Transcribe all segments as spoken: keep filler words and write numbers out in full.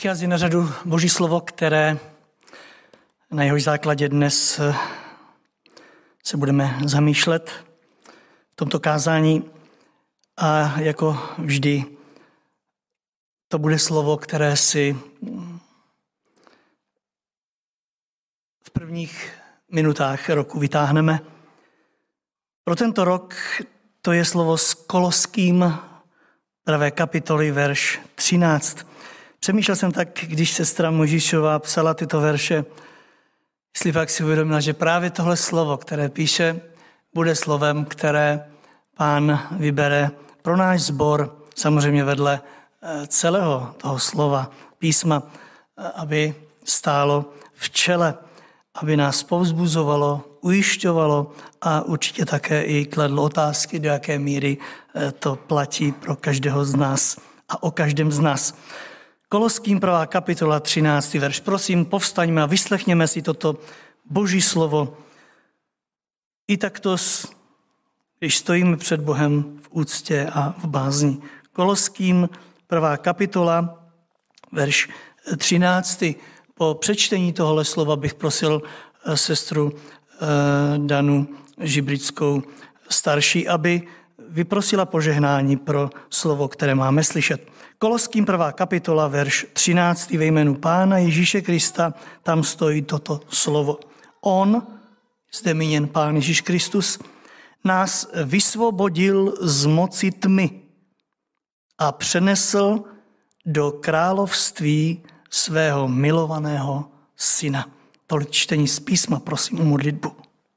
Přichází na řadu Boží slovo, které na jehož základě dnes se budeme zamýšlet v tomto kázání. A jako vždy to bude slovo, které si v prvních minutách roku vytáhneme. Pro tento rok to je slovo z Koloským, prvé kapitoly, verš třináct. Přemýšlel jsem tak, když sestra Možíšová psala tyto verše, jestli pak si uvědomila, že právě tohle slovo, které píše, bude slovem, které Pán vybere pro náš sbor, samozřejmě vedle celého toho slova, písma, aby stálo v čele, aby nás povzbuzovalo, ujišťovalo a určitě také i kladlo otázky, do jaké míry to platí pro každého z nás a o každém z nás. Koloským prvá kapitola, třináctý verš. Prosím, povstaňme a vyslechněme si toto Boží slovo. I takto, když stojíme před Bohem v úctě a v bázni. Koloským prvá kapitola, verš třináctý. Po přečtení tohohle slova bych prosil sestru Danu Žibrickou starší, aby vyprosila požehnání pro slovo, které máme slyšet. Koloským prvá kapitola, verš třináctý. Ve jménu Pána Ježíše Krista tam stojí toto slovo. On, zde míněn Pán Ježíš Kristus, nás vysvobodil z moci tmy a přenesl do království svého milovaného syna. Tolik čtení z písma, prosím o modlitbu.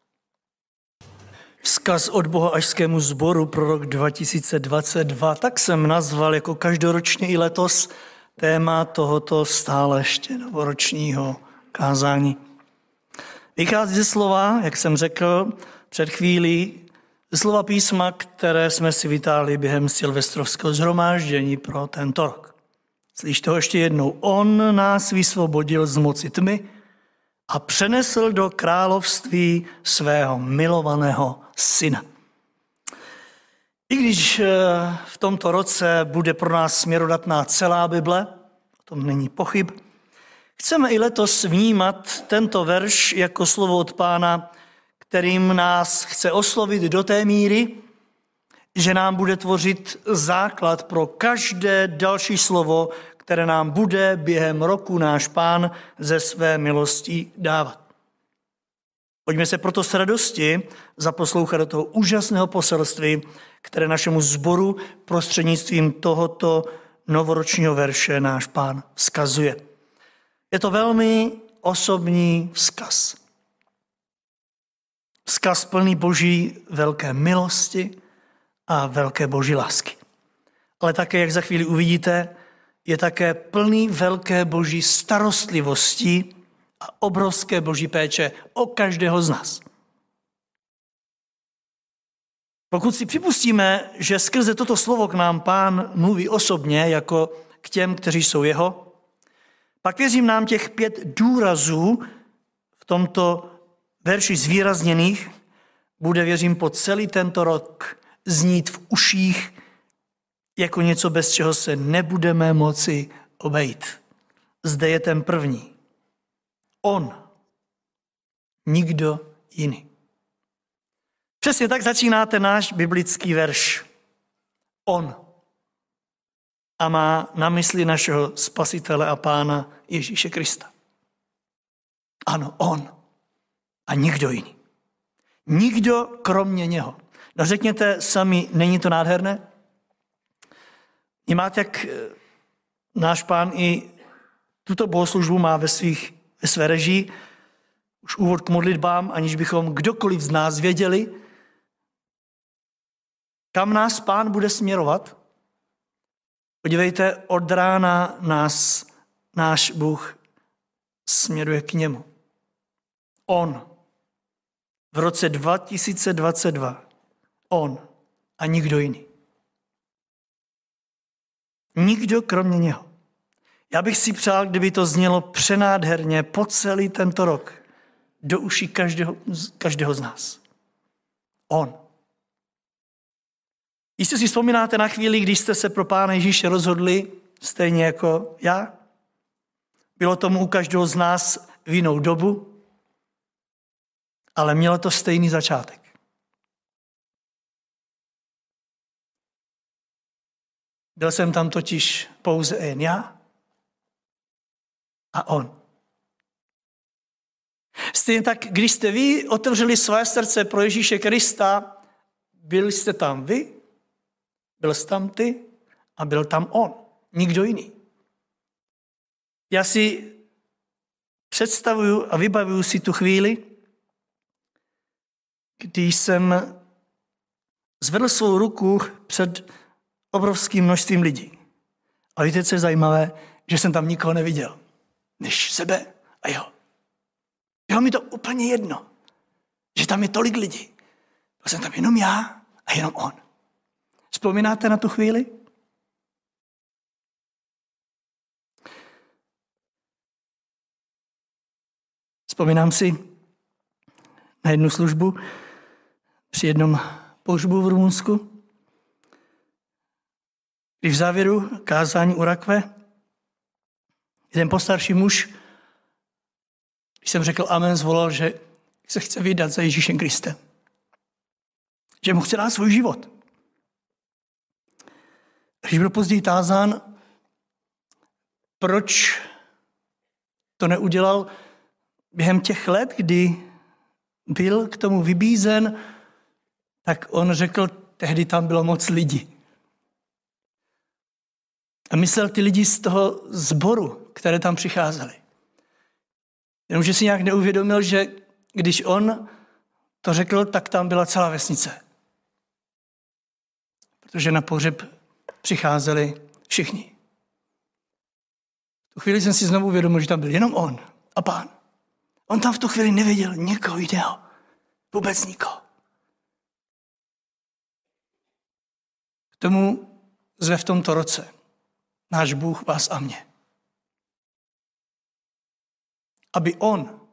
Vzkaz od Bohašskému sboru pro rok dva tisíce dvacet dva, tak jsem nazval jako každoročně i letos téma tohoto stále ještě novoročního kázání. Vychází ze slova, jak jsem řekl před chvílí, ze slova písma, které jsme si vytáhli během silvestrovského shromáždění pro tento rok. Slyšte ho ještě jednou. On nás vysvobodil z moci tmy a přenesl do království svého milovaného syna. I když v tomto roce bude pro nás směrodatná celá Bible, o tom není pochyb, chceme i letos vnímat tento verš jako slovo od Pána, kterým nás chce oslovit do té míry, že nám bude tvořit základ pro každé další slovo, které nám bude během roku náš Pán ze své milosti dávat. Pojďme se proto s radostí zaposlouchat do toho úžasného poselství, které našemu sboru prostřednictvím tohoto novoročního verše náš Pán vzkazuje. Je to velmi osobní vzkaz. Vzkaz plný Boží velké milosti a velké Boží lásky. Ale také, jak za chvíli uvidíte, je také plný velké Boží starostlivosti a obrovské Boží péče o každého z nás. Pokud si připustíme, že skrze toto slovo k nám Pán mluví osobně, jako k těm, kteří jsou jeho, pak věřím nám těch pět důrazů v tomto verši zvýrazněných bude, věřím, po celý tento rok znít v uších jako něco, bez čeho se nebudeme moci obejít. Zde je ten první. On. Nikdo jiný. Přesně tak začíná ten náš biblický verš. On. A má na mysli našeho Spasitele a Pána Ježíše Krista. Ano, on. A nikdo jiný. Nikdo kromě něho. No řekněte sami, není to nádherné? Vnímáte, jak náš Pán i tuto bohoslužbu má ve, svých, ve své režii, už úvod k modlitbám, aniž bychom kdokoliv z nás věděli, kam nás Pán bude směrovat. Podívejte, od rána nás náš Bůh směruje k němu. On. V roce dva tisíce dvacet dva. On a nikdo jiný. Nikdo kromě něho. Já bych si přál, kdyby to znělo přenádherně po celý tento rok do uší každého, každého z nás. On. Jistě si vzpomínáte na chvíli, když jste se pro Pána Ježíše rozhodli, stejně jako já? Bylo tomu u každého z nás v jinou dobu, ale mělo to stejný začátek. Byl jsem tam totiž pouze jen já a on. Stejně tak, když jste vy otevřeli své srdce pro Ježíše Krista, byli jste tam vy, byl jsi tam ty a byl tam on, nikdo jiný. Já si představuju a vybavuju si tu chvíli, když jsem zvedl svou ruku před obrovským množstvím lidí. A víte, co je zajímavé? Že jsem tam nikoho neviděl, než sebe a jeho. Bylo mi to úplně jedno, že tam je tolik lidí. Byl jsem tam jenom já a jenom on. Vzpomínáte na tu chvíli? Vzpomínám si na jednu službu při jednom pohřbu v Rumunsku, kdy v závěru kázání u rakve jeden postarší muž, když jsem řekl amen, zvolal, že se chce vydat za Ježíšem Kristem. Že mu chce dát svůj život. Když byl později tázán, proč to neudělal během těch let, kdy byl k tomu vybízen, tak on řekl, tehdy tam bylo moc lidí. A myslel ty lidi z toho sboru, které tam přicházely. Jenomže si nějak neuvědomil, že když on to řekl, tak tam byla celá vesnice. Protože na pohřeb přicházeli všichni. V tu chvíli jsem si znovu uvědomil, že tam byl jenom on a Pán. On tam v tu chvíli neviděl někoho jiného. Vůbec nikoho. K tomu zve v tomto roce náš Bůh vás a mě. Aby on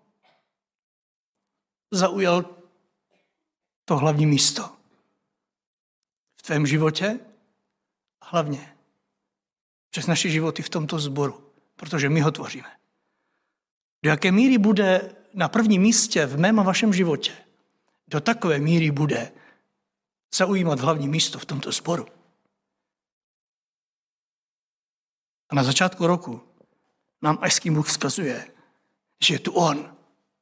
zaujal to hlavní místo v tvém životě a hlavně přes naše životy v tomto sboru, protože my ho tvoříme. Do jaké míry bude na prvním místě v mém a vašem životě, do takové míry bude zaujímat hlavní místo v tomto sboru. A na začátku roku nám ajský Bůh vzkazuje, že je tu on.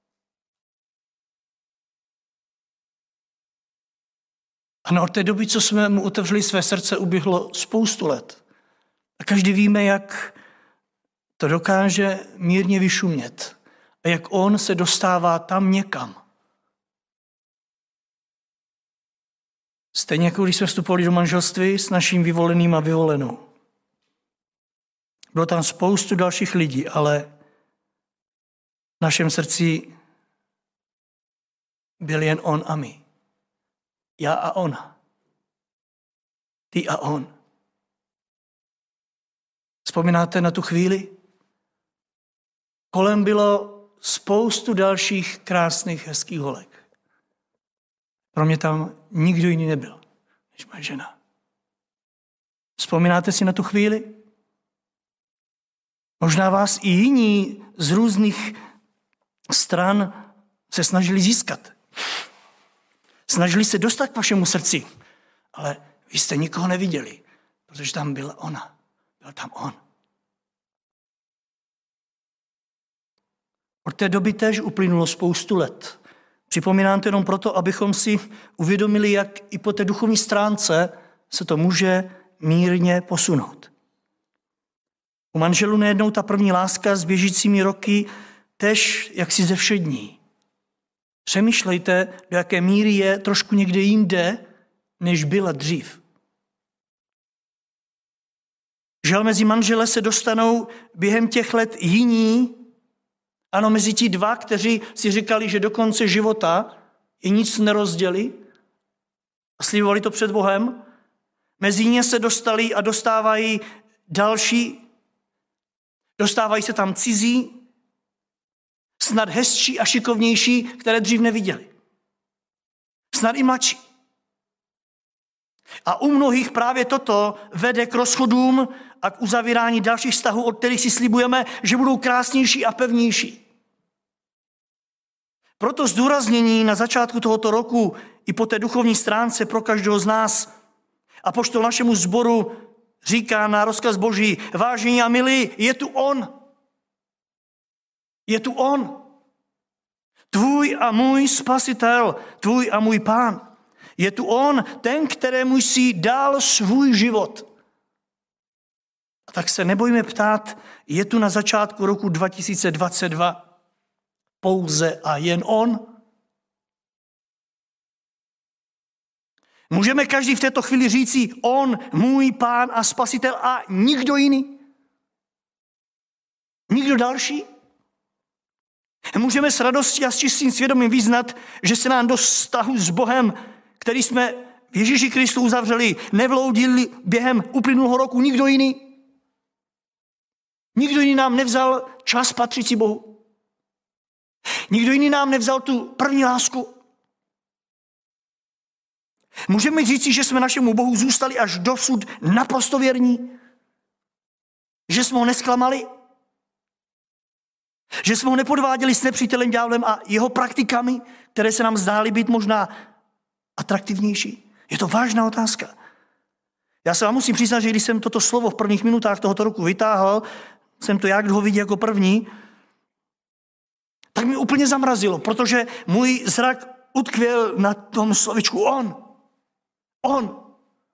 A od té doby, co jsme mu otevřeli své srdce, uběhlo spoustu let. A každý víme, jak to dokáže mírně vyšumět. A jak on se dostává tam někam. Stejně jako když jsme vstupovali do manželství s naším vyvoleným a vyvolenou. Bylo tam spoustu dalších lidí, ale v našem srdci byl jen on a my. Já a ona. Ty a on. Vzpomínáte na tu chvíli? Kolem bylo spoustu dalších krásných, hezkých holek. Pro mě tam nikdo jiný nebyl, než moje žena. Vzpomínáte si na tu chvíli? Možná vás i jiní z různých stran se snažili získat. Snažili se dostat k vašemu srdci, ale vy jste nikoho neviděli, protože tam byla ona. Byl tam on. Od té doby též uplynulo spoustu let. Připomínám to jenom proto, abychom si uvědomili, jak i po té duchovní stránce se to může mírně posunout. U manželů nejednou ta první láska s běžícími roky též jaksi ze všední. Přemýšlejte, do jaké míry je trošku někde jinde, než byla dřív. Žel mezi manžele se dostanou během těch let jiní, ano, mezi ti dva, kteří si říkali, že do konce života i nic nerozdělí a slibovali to před Bohem. Mezi ně se dostali a dostávají další, dostávají se tam cizí, snad hezčí a šikovnější, které dřív neviděli. Snad i mladší. A u mnohých právě toto vede k rozchodům a k uzavírání dalších vztahů, od kterých si slibujeme, že budou krásnější a pevnější. Proto zdůraznění na začátku tohoto roku i po té duchovní stránce pro každého z nás apoštol našemu sboru říká na rozkaz Boží: vážení a milí, je tu on. Je tu on. Tvůj a můj spasitel, tvůj a můj pán. Je tu on, ten, kterému jsi dal svůj život. A tak se nebojme ptát, je tu na začátku roku dva tisíce dvacet dva pouze a jen on? Můžeme každý v této chvíli říci: on, můj pán a spasitel, a nikdo jiný? Nikdo další? Můžeme s radostí a s čistým svědomím vyznat, že se nám do vztahu s Bohem, který jsme v Ježíši Kristu uzavřeli, nevloudili během uplynulého roku nikdo jiný? Nikdo jiný nám nevzal čas patřící Bohu. Nikdo jiný nám nevzal tu první lásku. Můžeme říci, že jsme našemu Bohu zůstali až dosud naprosto věrní? Že jsme ho nesklamali? Že jsme ho nepodváděli s nepřítelem ďáblem a jeho praktikami, které se nám zdály být možná atraktivnější? Je to vážná otázka. Já se vám musím přiznat, že když jsem toto slovo v prvních minutách tohoto roku vytáhl, jsem to já, kdo ho vidí jako první, tak mi úplně zamrazilo, protože můj zrak utkvěl na tom slovičku on. On.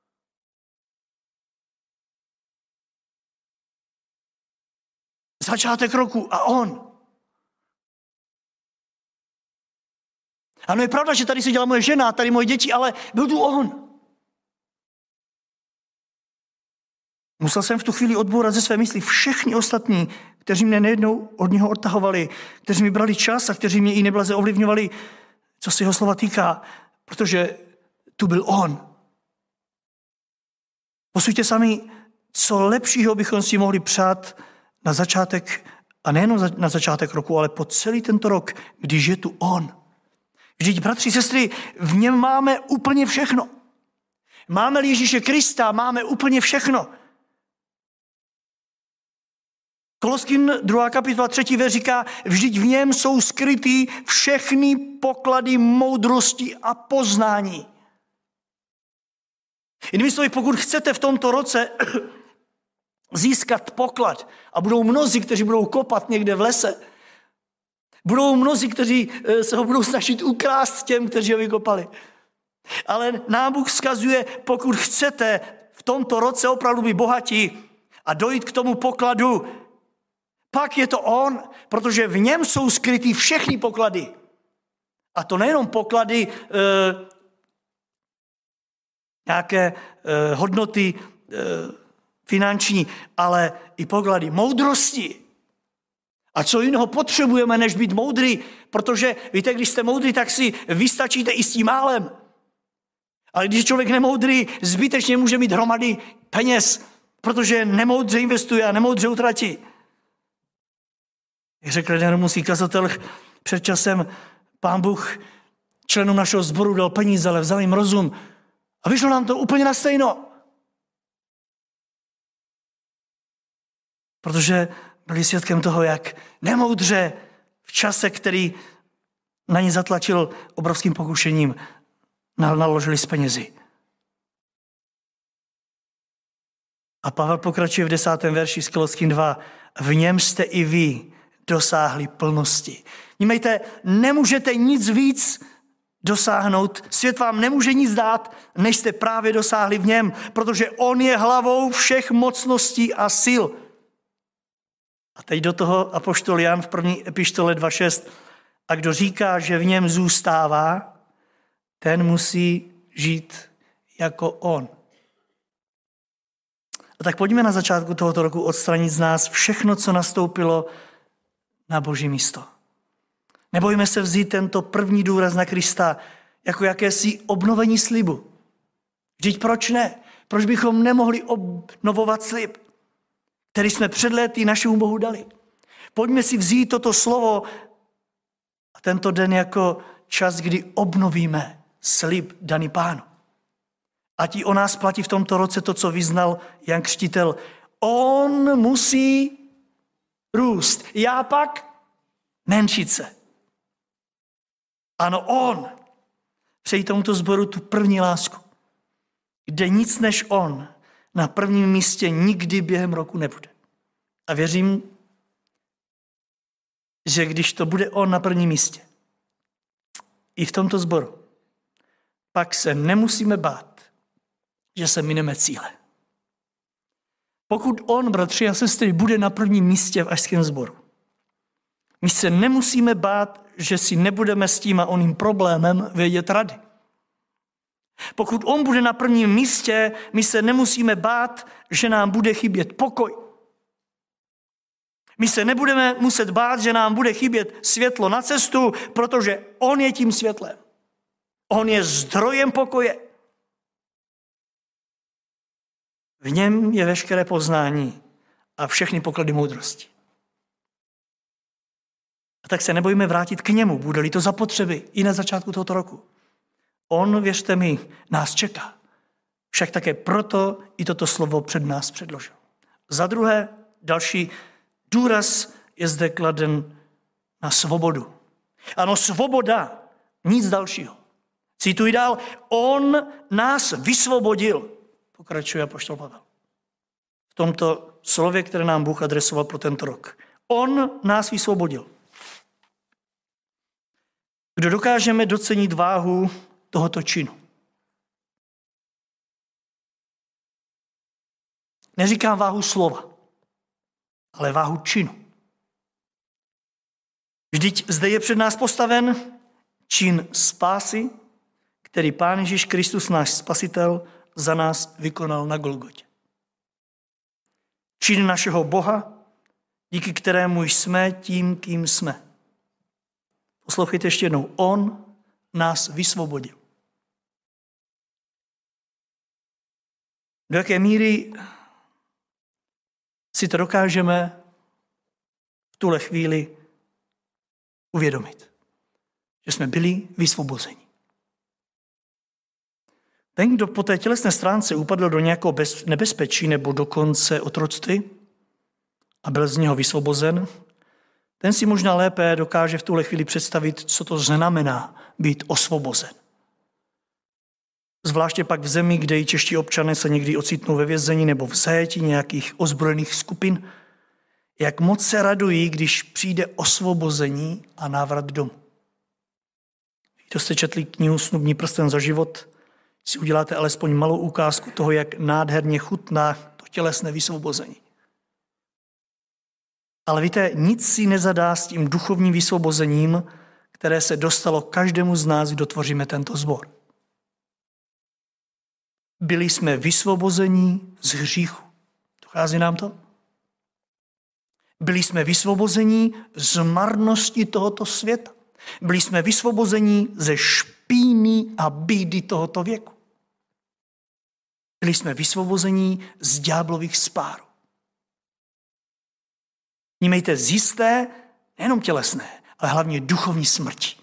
Začátek roku a on. Ano, je pravda, že tady se dělá moje žena, tady moje děti, ale byl tu on. Musel jsem v tu chvíli odbourat ze své mysli všechny ostatní, kteří mě nejednou od něho odtahovali, kteří mi brali čas a kteří mě i neblaze ovlivňovali, co se jeho slova týká, protože tu byl on. Posuďte sami, co lepšího bychom si mohli přát na začátek, a nejenom na začátek roku, ale po celý tento rok, když je tu on. Vždyť, bratři, sestry, v něm máme úplně všechno. Máme-li Ježíše Krista, máme úplně všechno. Koloským druhá kapitola třetí verš říká: vždyť v něm jsou skrytý všechny poklady moudrosti a poznání. Jinými slovy, pokud chcete v tomto roce získat poklad, a budou mnozí, kteří budou kopat někde v lese, budou mnozí, kteří se ho budou snažit ukrást těm, kteří ho vykopali. Ale nám Bůh vzkazuje, pokud chcete v tomto roce opravdu být bohatí a dojít k tomu pokladu, pak je to on, protože v něm jsou skrytý všechny poklady. A to nejenom poklady, e, nějaké e, hodnoty e, finanční, ale i poklady moudrosti. A co jiného potřebujeme, než být moudrý? Protože víte, když jste moudrý, tak si vystačíte i s tím málem. Ale když člověk nemoudrý, zbytečně může mít hromady peněz, protože nemoudře investuje a nemoudře utratí. Jak řekl jeden rumunský kazatel před časem, Pán Bůh členům našeho sboru dal peníze, ale vzal jim rozum. A vyšlo nám to úplně na stejno. Protože byli svědkem toho, jak nemoudře v čase, který na ně zatlačil obrovským pokušením, naložili s penězi. A Pavel pokračuje v desátém verši z Koloským dva. V něm jste i vy dosáhli plnosti. Vnímejte, nemůžete nic víc dosáhnout, svět vám nemůže nic dát, než jste právě dosáhli v něm, protože on je hlavou všech mocností a sil. A teď do toho apoštol Jan v první epištole dva šest. A kdo říká, že v něm zůstává, ten musí žít jako on. A tak pojďme na začátku tohoto roku odstranit z nás všechno, co nastoupilo na Boží místo. Nebojme se vzít tento první důraz na Krista jako jakési obnovení slibu. Vždyť proč ne? Proč bychom nemohli obnovovat slib, který jsme před léty našemu Bohu dali? Pojďme si vzít toto slovo a tento den jako čas, kdy obnovíme slib daný Pánu. Ať i o nás platí v tomto roce to, co vyznal Jan Křtitel. On musí růst. Já pak menšit se. Ano, on. Přeji tomuto sboru tu první lásku, kde nic než on na prvním místě nikdy během roku nebude. A věřím, že když to bude on na prvním místě, i v tomto sboru, pak se nemusíme bát, že se mineme cíle. Pokud on, bratři a sestry, bude na prvním místě v Ašském sboru, my se nemusíme bát, že si nebudeme s tím a oným problémem vědět rady. Pokud on bude na prvním místě, my se nemusíme bát, že nám bude chybět pokoj. My se nebudeme muset bát, že nám bude chybět světlo na cestu, protože on je tím světlem. On je zdrojem pokoje. V něm je veškeré poznání a všechny poklady moudrosti. A tak se nebojíme vrátit k němu, bude-li to zapotřebí i na začátku tohoto roku. On, věřte mi, nás čeká. Však také proto i toto slovo před nás předložil. Za druhé, další důraz je zde kladen na svobodu. Ano, svoboda, nic dalšího. Cituji dál, on nás vysvobodil, pokračuje apoštol Pavel. V tomto slově, které nám Bůh adresoval pro tento rok. On nás vysvobodil. Kdo dokážeme docenit váhu tohoto činu? Neříkám váhu slova, ale váhu činu. Vždyť zde je před nás postaven čin spásy, který Pán Ježíš Kristus, náš Spasitel, za nás vykonal na Golgotě. Čin našeho Boha, díky kterému jsme tím, kým jsme. Poslouchejte ještě jednou. On nás vysvobodil. Do jaké míry si to dokážeme v tuhle chvíli uvědomit, že jsme byli vysvobozeni. Ten, kdo po té tělesné stránce upadl do nějakého nebezpečí nebo dokonce otroctví a byl z něho vysvobozen, ten si možná lépe dokáže v tuhle chvíli představit, co to znamená být osvobozen. Zvláště pak v zemi, kde i čeští občané se někdy ocitnou ve vězení nebo v zajetí nějakých ozbrojených skupin, jak moc se radují, když přijde osvobození a návrat domů. Kdo jste četli knihu Snubní prsten za život, si uděláte alespoň malou ukázku toho, jak nádherně chutná to tělesné vysvobození. Ale víte, nic si nezadá s tím duchovním vysvobozením, které se dostalo každému z nás, kdo tvoříme tento sbor. Byli jsme vysvobození z hříchu. Dochází nám to? Byli jsme vysvobození z marnosti tohoto světa. Byli jsme vysvobození ze špíny a bídy tohoto věku. Byli jsme vysvobození z ďáblových spárů. Vnímejte z jisté, nejenom tělesné, ale hlavně duchovní smrti.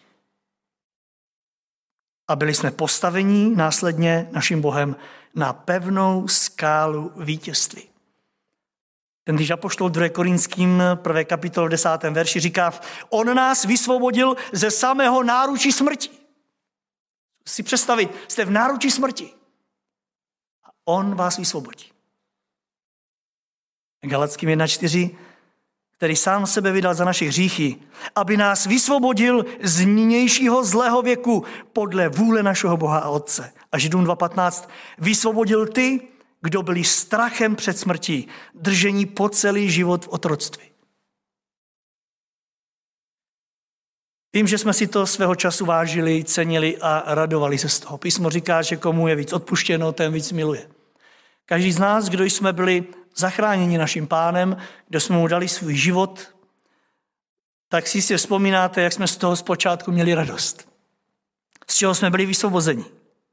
A byli jsme postaveni následně naším Bohem na pevnou skálu vítězství. Ten, když apoštol druhé Korinským prvé kapitole v desátém verši říká, on nás vysvobodil ze samého náručí smrti. Si představit, jste v náručí smrti. A on vás vysvobodí. Galackým jedna čtyři, který sám sebe vydal za naše hříchy, aby nás vysvobodil z nynějšího zlého věku podle vůle našeho Boha a Otce. A Židům dva patnáct, vysvobodil ty, kdo byli strachem před smrtí, držení po celý život v otroctví. Vím, že jsme si to svého času vážili, cenili a radovali se z toho. Písmo říká, že komu je víc odpuštěno, ten víc miluje. Každý z nás, kdo jsme byli zachráněni naším Pánem, kdo jsme mu dali svůj život, tak si si vzpomínáte, jak jsme z toho zpočátku měli radost. Z čeho jsme byli vysvobozeni.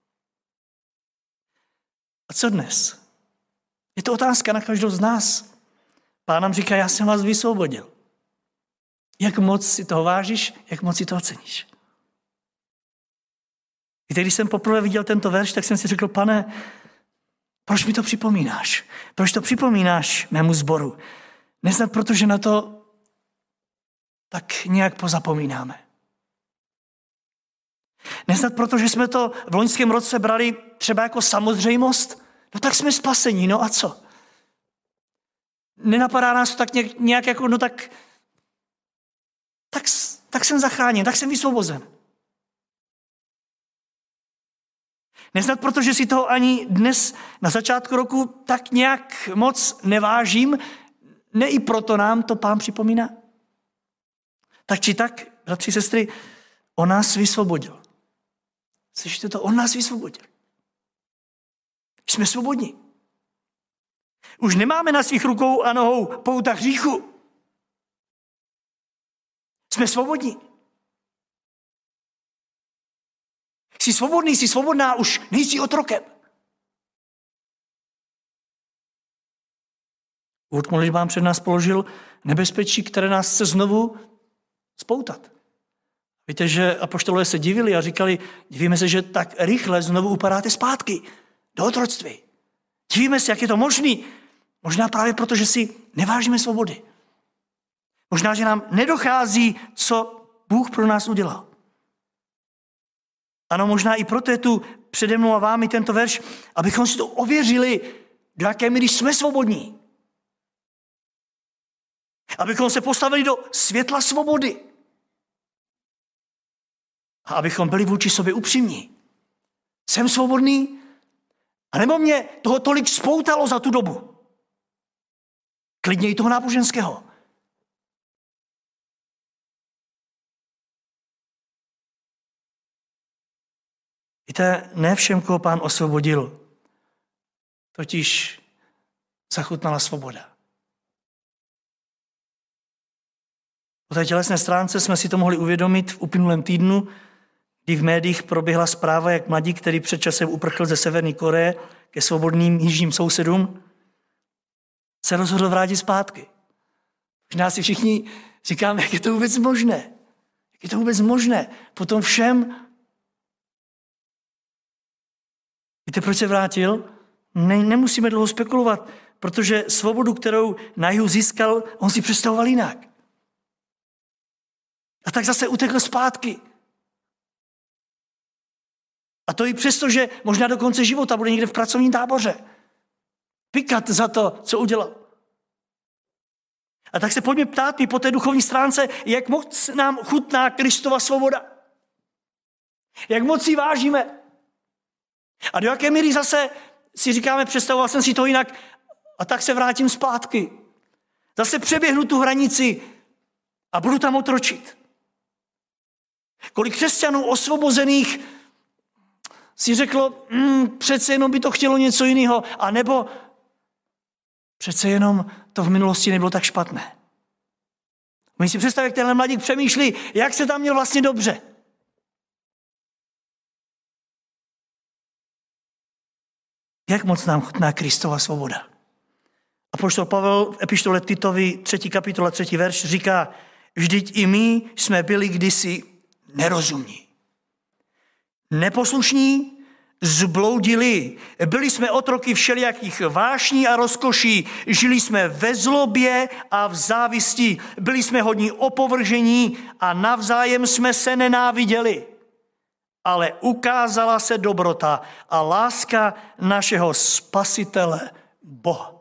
A co dnes? Je to otázka na každou z nás. Pán nám říká, já jsem vás vysvobodil. Jak moc si toho vážíš, jak moc si toho ceníš. Víte, když jsem poprvé viděl tento verš, tak jsem si řekl, Pane, Proč mi to připomínáš? Proč to připomínáš mému sboru? Nesnad protože na to tak nějak pozapomínáme. Nesnad proto, že jsme to v loňském roce brali třeba jako samozřejmost? No tak jsme spasení, no a co? Nenapadá nás to tak nějak, nějak jako, no tak, tak, tak jsem zachráněn, tak jsem vysvobozen. Nesnad proto, že si toho ani dnes na začátku roku tak nějak moc nevážím, ne i proto nám to Pán připomíná. Tak či tak, bratři, sestry, on nás vysvobodil. Slyšíte to? On nás vysvobodil. Jsme svobodní. Už nemáme na svých rukou a nohou pouta hříchu. Jsme svobodní. Jsi svobodný, jsi svobodná, už nejsi otrokem. Úvod k modlitbám před nás položil nebezpečí, které nás chce znovu spoutat. Víte, že apoštolové se divili a říkali, divíme se, že tak rychle znovu upadáte zpátky do otroctví. Divíme se, jak je to možný. Možná právě proto, že si nevážíme svobody. Možná, že nám nedochází, co Bůh pro nás udělal. Ano, možná i proto je tu přede mnou a vámi tento verš, abychom si to ověřili, do jaké míry jsme svobodní. Abychom se postavili do světla svobody. A abychom byli vůči sobě upřímní. Jsem svobodný? A nebo mě toho tolik spoutalo za tu dobu? Klidně i toho náboženského. Víte, ne všem, koho Pán osvobodil, totiž zachutnala svoboda. Po té tělesné stránce jsme si to mohli uvědomit v uplynulém týdnu, kdy v médiích proběhla zpráva, jak mladík, který před časem uprchl ze Severní Koreje ke svobodným jižním sousedům, se rozhodl vrátit zpátky. Možná si všichni říkáme, jak je to vůbec možné. Jak je to vůbec možné. Potom všem. Víte, proč se vrátil? Ne, nemusíme dlouho spekulovat, protože svobodu, kterou na jihu získal, on si představoval jinak. A tak zase utekl zpátky. A to i přesto, že možná do konce života bude někde v pracovním táboře. Pikat za to, co udělal. A tak se pojďme ptát mi po té duchovní stránce, jak moc nám chutná Kristova svoboda. Jak moc si vážíme. A do jaké míry zase si říkáme, představoval jsem si to jinak, a tak se vrátím zpátky. Zase přeběhnu tu hranici a budu tam otročit. Kolik křesťanů osvobozených si řeklo, mm, přece jenom by to chtělo něco jiného, a nebo přece jenom to v minulosti nebylo tak špatné. My si představit, jak tenhle mladík přemýšlí, jak se tam měl vlastně dobře. Jak moc nám chutná Kristova svoboda. Apoštol Pavel v epištole Titovi třetí kapitola třetí verš říká, vždyť i my jsme byli kdysi nerozumní, neposlušní, zbloudili, byli jsme otroky všelijakých vášní a rozkoší, žili jsme ve zlobě a v závisti, byli jsme hodní opovržení a navzájem jsme se nenáviděli. Ale ukázala se dobrota a láska našeho Spasitele Boha.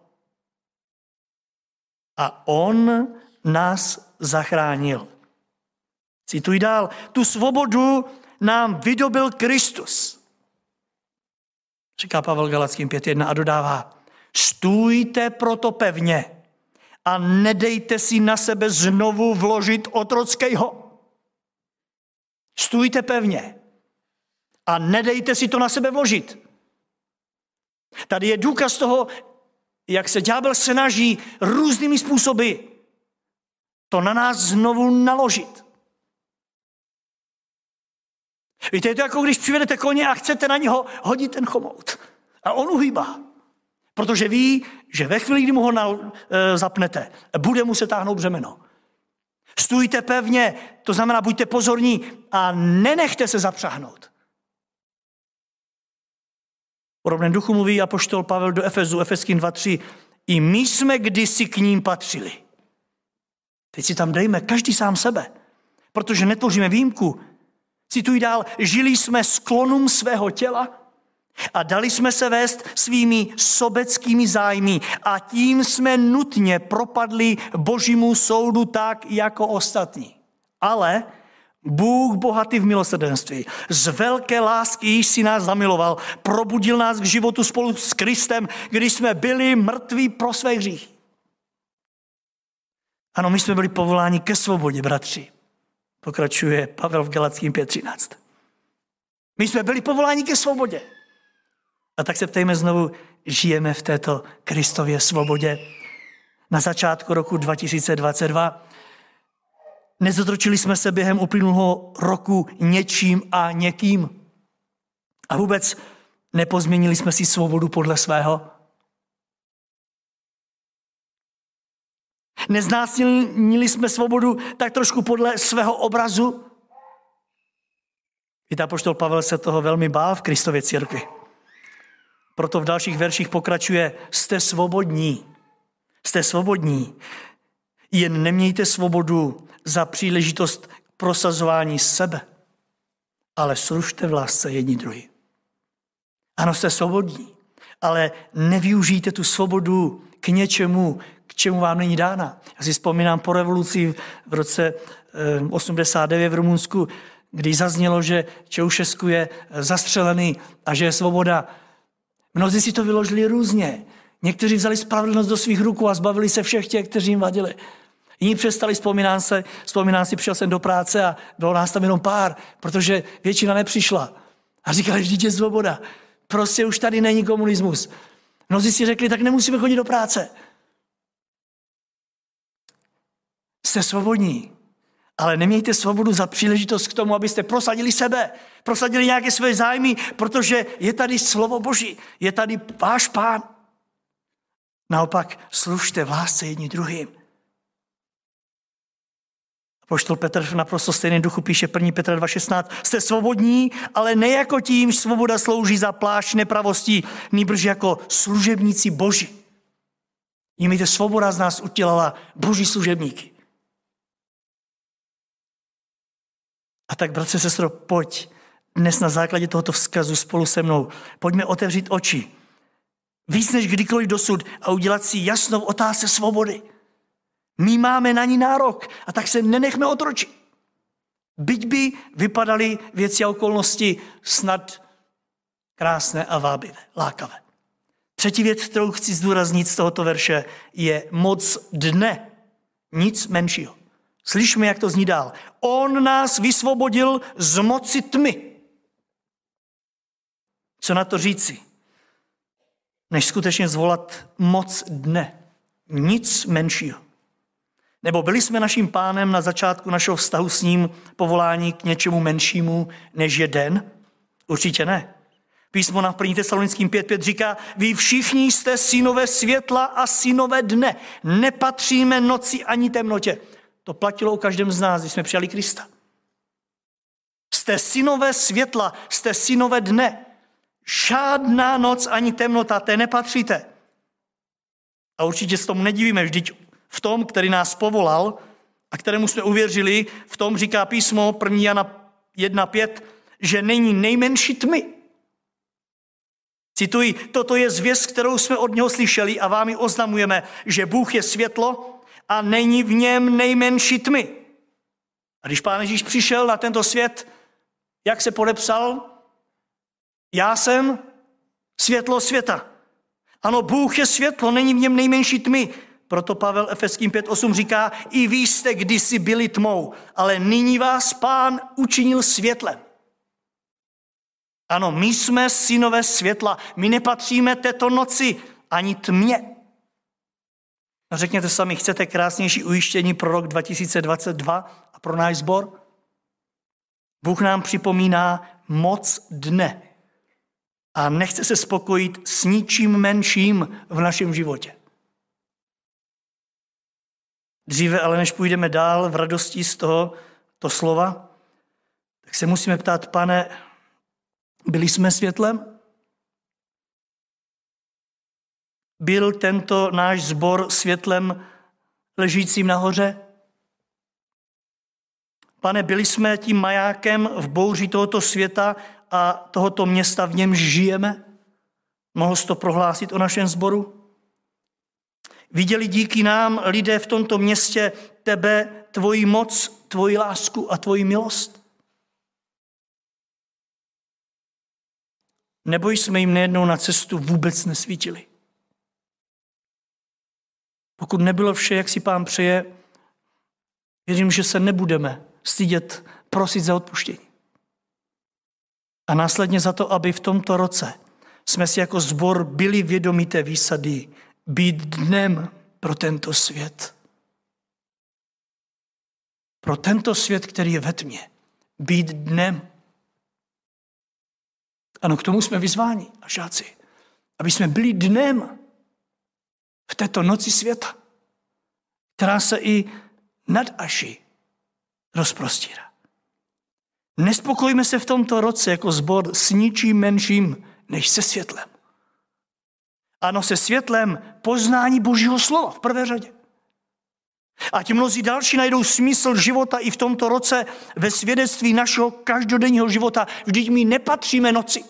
A on nás zachránil. Cituji dál. Tu svobodu nám vydobil Kristus. Říká Pavel Galackým pět jedna a dodává, stůjte proto pevně a nedejte si na sebe znovu vložit otrockého. Stůjte pevně a nedejte si to na sebe vložit. Tady je důkaz toho, jak se ďábel snaží různými způsoby to na nás znovu naložit. Víte, je to jako když přivedete koně a chcete na něho hodit ten chomout. A on uhýbá. Protože ví, že ve chvíli, kdy mu ho na, e, zapnete, bude muset táhnout břemeno. Stůjte pevně, to znamená, buďte pozorní a nenechte se zapřáhnout. podobném duchu mluví apoštol Pavel do Efezu, Efeským dva tři. I my jsme kdysi k ním patřili. Teď si tam dejme každý sám sebe, protože netvoříme výjimku. Cituji dál, žili jsme sklonům svého těla a dali jsme se vést svými sobeckými zájmy a tím jsme nutně propadli Božímu soudu tak jako ostatní. Ale Bůh bohatý v milosrdenství, z velké lásky, již si nás zamiloval, probudil nás k životu spolu s Kristem, když jsme byli mrtví pro své hříchy. Ano, my jsme byli povoláni ke svobodě, bratři. Pokračuje Pavel v Galackým pět třináct. My jsme byli povoláni ke svobodě. A tak se ptejme znovu, žijeme v této Kristově svobodě na začátku roku dva tisíce dvacet dva. Nezotročili jsme se během uplynulého roku něčím a někým. A vůbec nepozměnili jsme si svobodu podle svého. Neznásilnili jsme svobodu tak trošku podle svého obrazu. Víte, apoštol Pavel se toho velmi bál v Kristově církvi. Proto v dalších verších pokračuje, jste svobodní. Jste svobodní. Jen nemějte svobodu za příležitost k prosazování sebe, ale služte v lásce jedni druhý. Ano, jste svobodní, ale nevyužijte tu svobodu k něčemu, k čemu vám není dána. Já si vzpomínám po revoluci v roce osmdesát devět v Rumunsku, kdy zaznělo, že Ceausescu je zastřelený a že je svoboda. Mnozí si to vyložili různě. Někteří vzali spravedlnost do svých rukou a zbavili se všech těch, kteří jim vadili. Jiní přestali, vzpomínám, se, vzpomínám si, přišel jsem do práce a bylo nás tam jenom pár, protože většina nepřišla. A říkali, vždyť je svoboda. Prostě už tady není komunismus. Mnozí si řekli, tak nemusíme chodit do práce. Jste svobodní, ale nemějte svobodu za příležitost k tomu, abyste prosadili sebe, prosadili nějaké své zájmy, protože je tady slovo Boží, je tady váš Pán. Naopak služte v lásce jedni druhým. Apoštol Petr v naprosto stejném duchu píše první Petra dva šestnáct. Jste svobodní, ale ne jako tím, že svoboda slouží za plášť nepravostí, nýbrž jako služebníci Boží. Jimíte svoboda z nás udělala Boží služebníky. A tak, bratře, sestro, pojď dnes na základě tohoto vzkazu spolu se mnou. Pojďme otevřít oči. Víc než kdykoliv dosud a udělat si jasnou otázce svobody. My máme na ní nárok a tak se nenechme otročit. Byť by vypadaly věci a okolnosti snad krásné a vábivé, lákavé. Třetí věc, kterou chci zdůraznit z tohoto verše, je moc dne, nic menšího. Slyšme, jak to zní dál. On nás vysvobodil z moci tmy. Co na to říci? Než skutečně zvolat moc dne, nic menšího. Nebo byli jsme naším Pánem na začátku našeho vztahu s ním povolání k něčemu menšímu, než je den? Určitě ne. Písmo na první Tesalonickým pět pět říká, vy všichni jste synové světla a synové dne. Nepatříme noci ani temnotě. To platilo u každém z nás, když jsme přijali Krista. Jste synové světla, jste synové dne. Žádná noc ani temnota, té nepatříte. A určitě se tomu nedivíme, vždyť v tom, který nás povolal a kterému jsme uvěřili, v tom říká písmo první Jana jedna pět, že není nejmenší tmy. Cituji, toto je zvěst, kterou jsme od něho slyšeli a vám ji oznamujeme, že Bůh je světlo a není v něm nejmenší tmy. A když Pán Ježíš přišel na tento svět, jak se podepsal? Já jsem světlo světa. Ano, Bůh je světlo, není v něm nejmenší tmy. Proto Pavel Efeským pět osm říká, i vy jste kdysi byli tmou, ale nyní vás Pán učinil světlem. Ano, my jsme synové světla, my nepatříme této noci ani tmě. A řekněte sami, chcete krásnější ujištění pro rok dva tisíce dvacet dva a pro náš sbor? Bůh nám připomíná moc dne a nechce se spokojit s ničím menším v našem životě. Dříve ale, než půjdeme dál v radosti z toho to slova, tak se musíme ptát, Pane, byli jsme světlem? Byl tento náš sbor světlem ležícím nahoře? Pane, byli jsme tím majákem v bouři tohoto světa a tohoto města, v němž žijeme? Mohl jsi to prohlásit o našem sboru? Viděli díky nám lidé v tomto městě tebe, tvoji moc, tvoji lásku a tvoji milost? Nebo jsme jim nejednou na cestu vůbec nesvítili? Pokud nebylo vše, jak si Pán přeje, věřím, že se nebudeme stydět prosit za odpuštění. A následně za to, aby v tomto roce jsme si jako sbor byli vědomí té výsady být dnem pro tento svět. Pro tento svět, který je ve tmě. Být dnem. Ano, k tomu jsme vyzváni, a žáci. Aby jsme byli dnem v této noci světa, která se i nad Aši rozprostírá. Nespokojíme se v tomto roce jako sbor s ničím menším než se světlem. Ano, se světlem poznání Božího slova v prvé řadě. A ti mnozí další najdou smysl života i v tomto roce ve svědectví našeho každodenního života. Vždyť my nepatříme noci.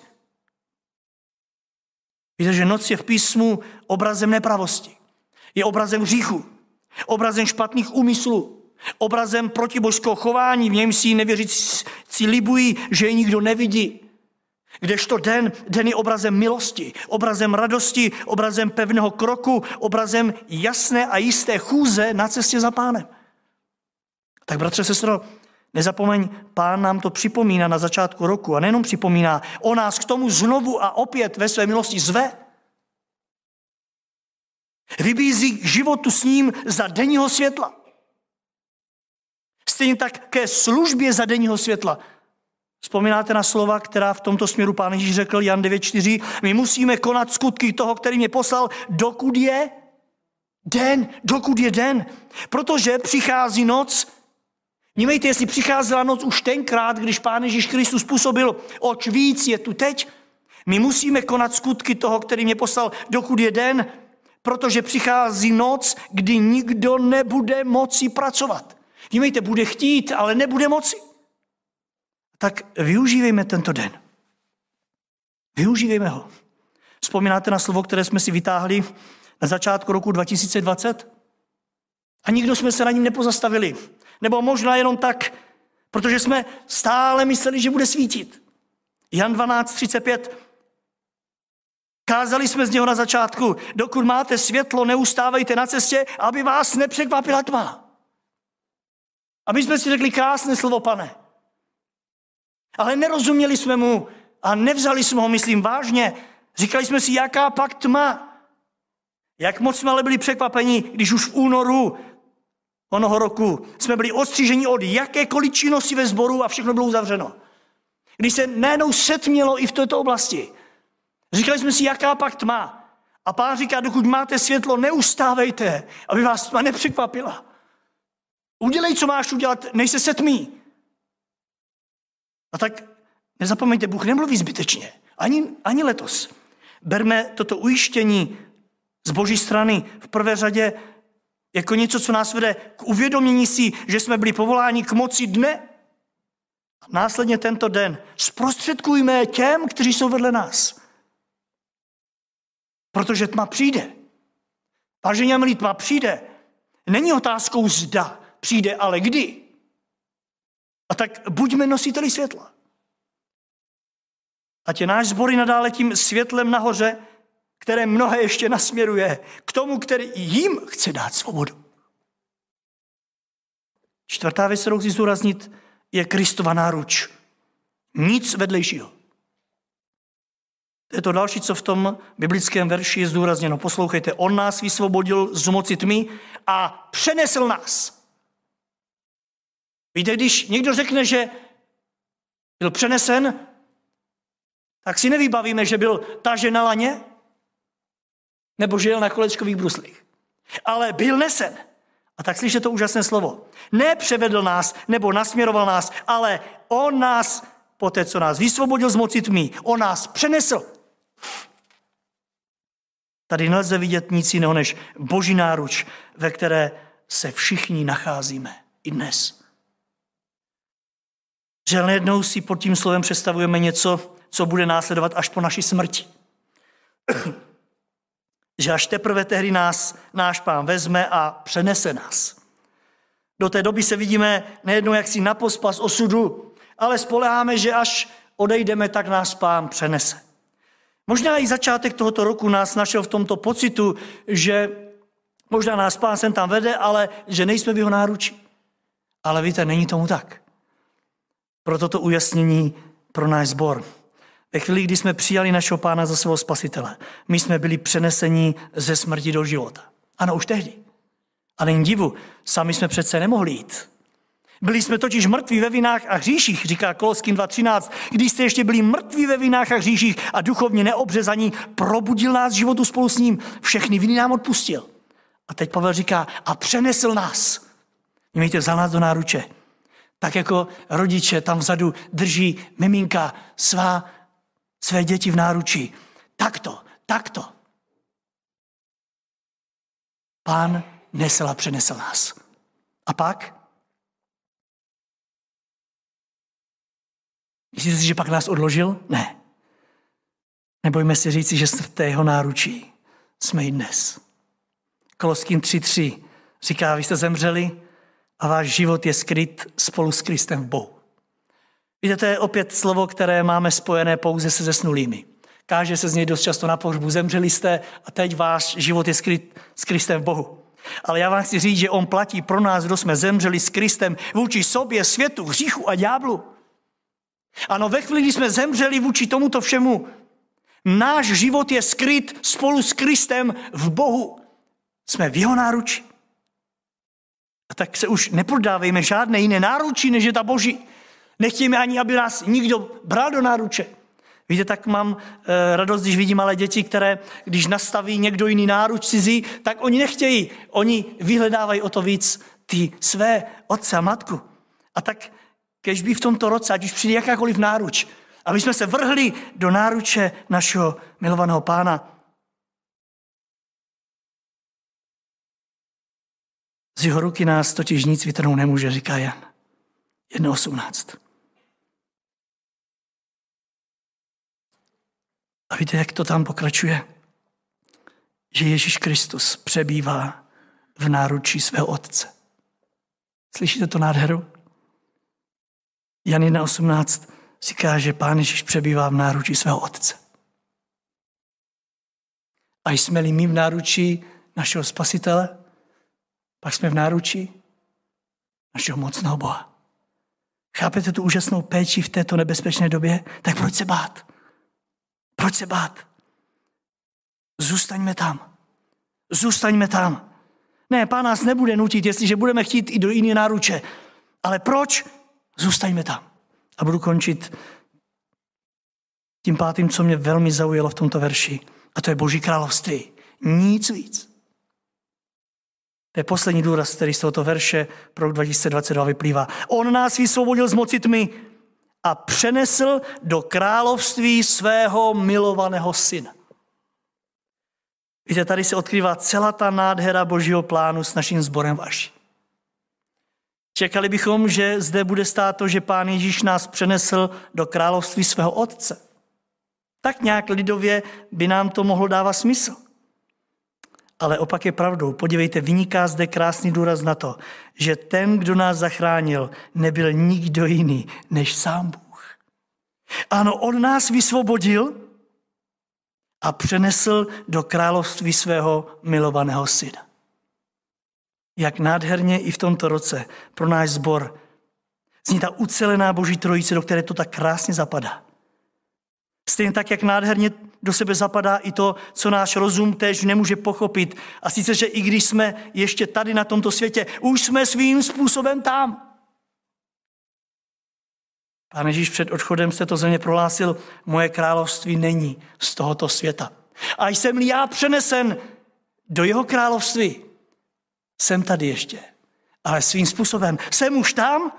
Víte, že noc je v písmu obrazem nepravosti. Je obrazem hříchu. Obrazem špatných úmyslů. Obrazem protibožského chování, v něm si nevěřící libují, že je nikdo nevidí. Kdežto den, den je obrazem milosti, obrazem radosti, obrazem pevného kroku, obrazem jasné a jisté chůze na cestě za Pánem. Tak bratře, sestro, nezapomeň, Pán nám to připomíná na začátku roku a nejenom připomíná, on nás k tomu znovu a opět ve své milosti zve. Vybízí k životu s ním za denního světla. Stejně tak ke službě za denního světla. Vzpomínáte na slova, která v tomto směru Pán Ježíš řekl, Jan devět čtyři, my musíme konat skutky toho, který mě poslal, dokud je den, dokud je den. Protože přichází noc. Vnímejte, jestli přicházela noc už tenkrát, když Pán Ježíš Kristus způsobil, oč víc je tu teď. My musíme konat skutky toho, který mě poslal, dokud je den, protože přichází noc, kdy nikdo nebude moci pracovat. Vnímejte, bude chtít, ale nebude moci. Tak využívejme tento den. Využívejme ho. Vzpomínáte na slovo, které jsme si vytáhli na začátku roku dva tisíce dvacet? A nikdo jsme se na ním nepozastavili. Nebo možná jenom tak, protože jsme stále mysleli, že bude svítit. Jan dvanáct třicet pět. Kázali jsme z něho na začátku, dokud máte světlo, neustávejte na cestě, aby vás nepřekvapila tma. A my jsme si řekli krásné slovo, Pane. Ale nerozuměli jsme mu a nevzali jsme ho, myslím, vážně. Říkali jsme si, jaká pak tma. Jak moc jsme ale byli překvapeni, když už v únoru onoho roku jsme byli odstříženi od jakékoliv činnosti ve sboru a všechno bylo uzavřeno. Když se najednou setmělo i v této oblasti. Říkali jsme si, jaká pak tma. A Pán říká, dokud máte světlo, neustávejte, aby vás tma nepřekvapila. Udělej, co máš udělat, než se setmí. A tak nezapomeňte, Bůh nemluví zbytečně. Ani, ani letos. Berme toto ujištění z Boží strany v prvé řadě jako něco, co nás vede k uvědomění si, že jsme byli povoláni k moci dne. A následně tento den zprostředkujme těm, kteří jsou vedle nás. Protože tma přijde. Vážení a milí, tma přijde. Není otázkou zda přijde, ale kdy. A tak buďme nositeli světla. Ať je náš sbor nadále tím světlem nahoře, které mnohé ještě nasměruje k tomu, který jim chce dát svobodu. Čtvrtá věc, kterou chci zdůraznit, je Kristova náruč. Nic vedlejšího. To je to další, co v tom biblickém verši je zdůrazněno. Poslouchejte, on nás vysvobodil z moci tmy a přenesl nás. Víte, když někdo řekne, že byl přenesen, tak si nevybavíme, že byl tažen na laně, nebo že jel na kolečkových bruslích. Ale byl nesen. A tak slyšte to úžasné slovo. Nepřevedl nás, nebo nasměroval nás, ale on nás, poté co nás vysvobodil z moci tmy, on nás přenesl. Tady nelze vidět nic jiného než Boží náruč, ve které se všichni nacházíme i dnes. Že nejednou si pod tím slovem představujeme něco, co bude následovat až po naší smrti. Že až teprve tehdy nás náš Pán vezme a přenese nás. Do té doby se vidíme nejednou jaksi na pospas osudu, ale spoléháme, že až odejdeme, tak nás Pán přenese. Možná i začátek tohoto roku nás našel v tomto pocitu, že možná nás Pán sem tam vede, ale že nejsme v jeho náručí. Ale víte, není tomu tak. Proto to ujasnění pro náš sbor. Ve chvíli, kdy jsme přijali našeho Pána za svého spasitele, my jsme byli přeneseni ze smrti do života. Ano, už tehdy. A není divu, sami jsme přece nemohli jít. Byli jsme totiž mrtví ve vinách a hříších, říká Koloským dva třináct, když jste ještě byli mrtví ve vinách a hříších a duchovně neobřezaní, probudil nás životu spolu s ním, všechny viny nám odpustil. A teď Pavel říká, a přenesl nás. Mějte, vzal nás do náruče. Tak jako rodiče tam vzadu drží miminka svá, své děti v náručí. Takto, takto. Pán nesl a přenesl nás. A pak? Myslíte si, že pak nás odložil? Ne. Nebojme si říci, že v té jeho náručí jsme i dnes. Koloským tři tři říká, vy jste zemřeli a váš život je skryt spolu s Kristem v Bohu. Víte, to je opět slovo, které máme spojené pouze se zesnulými. Káže se z něj dost často na pohřbu. Zemřeli jste a teď váš život je skryt s Kristem v Bohu. Ale já vám chci říct, že on platí pro nás, kdo jsme zemřeli s Kristem vůči sobě, světu, hříchu a ďáblu. Ano, ve chvíli, kdy jsme zemřeli vůči tomuto všemu, náš život je skryt spolu s Kristem v Bohu. Jsme v jeho náruči. A tak se už neprodávejme žádné jiné náručí, než je ta Boží. Nechtějme ani, aby nás nikdo bral do náruče. Víte, tak mám e, radost, když vidím malé děti, které, když nastaví někdo jiný náruč cizí, tak oni nechtějí. Oni vyhledávají o to víc ty své otce a matku. A tak kež by v tomto roce, ať už přijde jakákoliv náruč, aby jsme se vrhli do náruče našeho milovaného Pána. Z jeho ruky nás totiž nic vytrhnout nemůže, říká Jan jedna osmnáct. A víte, jak to tam pokračuje? Že Ježíš Kristus přebývá v náručí svého Otce. Slyšíte to nádheru? Jan jedna osmnáct říká, že Pán Ježíš přebývá v náručí svého Otce. A jsme-li my v náručí našeho Spasitele, pak jsme v náručí našeho mocného Boha. Chápete tu úžasnou péči v této nebezpečné době? Tak proč se bát? Proč se bát? Zůstaňme tam. Zůstaňme tam. Ne, Pán nás nebude nutit, jestliže budeme chtít i do jiné náruče. Ale proč? Zůstaňme tam. A budu končit tím pátým, co mě velmi zaujalo v tomto verši. A to je Boží království. Nic víc. To je poslední důraz, který z tohoto verše pro rok dva tisíce dvacet dva vyplývá. On nás vysvobodil z moci tmy a přenesl do království svého milovaného syna. Víte, tady se odkrývá celá ta nádhera Božího plánu s naším sborem vaší. Čekali bychom, že zde bude stát to, že Pán Ježíš nás přenesl do království svého Otce. Tak nějak lidově by nám to mohlo dávat smysl. Ale opak je pravdou. Podívejte, vyniká zde krásný důraz na to, že ten, kdo nás zachránil, nebyl nikdo jiný než sám Bůh. Ano, on nás vysvobodil a přenesl do království svého milovaného syna. Jak nádherně i v tomto roce pro náš sbor zní ta ucelená Boží trojice, do které to tak krásně zapadá. Stejně tak, jak nádherně do sebe zapadá i to, co náš rozum též nemůže pochopit. A sice, že i když jsme ještě tady na tomto světě, už jsme svým způsobem tam. Pán Ježíš před odchodem z této země prohlásil, moje království není z tohoto světa. A jsem-li já přenesen do jeho království, jsem tady ještě. Ale svým způsobem jsem už tam.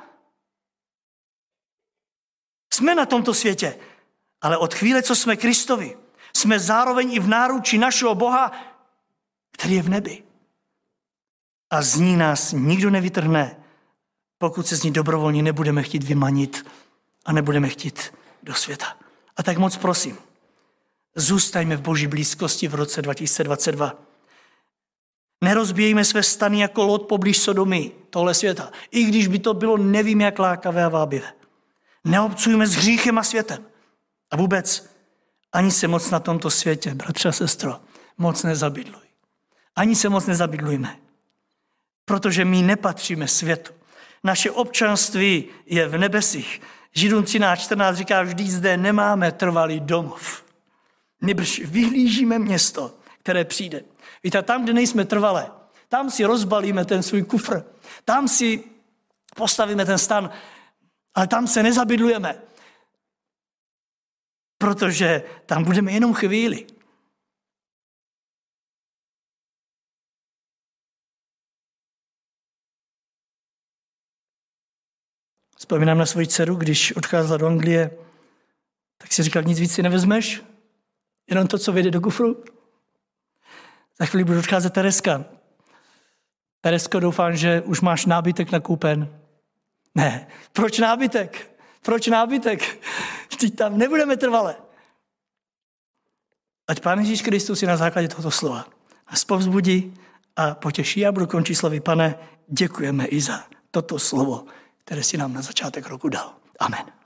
Jsme na tomto světě. Ale od chvíle, co jsme Kristovi, Jsme zároveň i v náručí našeho Boha, který je v nebi. A z ní nás nikdo nevytrhne, pokud se z ní dobrovolně nebudeme chtít vymanit a nebudeme chtít do světa. A tak moc prosím, zůstaňme v Boží blízkosti v roce dva tisíce dvacet dva. Nerozbíjejme své stany jako Lot poblíž Sodomy, tohle světa, i když by to bylo nevím jak lákavé a vábivé. Neobcujme s hříchem a světem. A vůbec ani se moc na tomto světě, bratře a sestro, moc nezabydluj. Ani se moc nezabydlujme, protože my nepatříme světu. Naše občanství je v nebesích. Židům třináct čtrnáct říká, vždyť zde nemáme trvalý domov. Nýbrž vyhlížíme město, které přijde. Víte, tam, kde nejsme trvalé, tam si rozbalíme ten svůj kufr, tam si postavíme ten stan, ale tam se nezabydlujeme, protože tam budeme jenom chvíli. Vzpomínám na svoji dceru, když odcházela do Anglie, tak si říkal, nic víc si nevezmeš, jenom to, co vejde do kufru. Za chvíli budu odcházet Tereska. Teresko, doufám, že už máš nábytek nakoupen. Ne, proč nábytek? Proč nábytek? Vždyť tam nebudeme trvale. Ať Pán Ježíš Kristus si na základě tohoto slova nás povzbudí a potěší. Já budu končit slovy, Pane, děkujeme i za toto slovo, které si nám na začátek roku dal. Amen.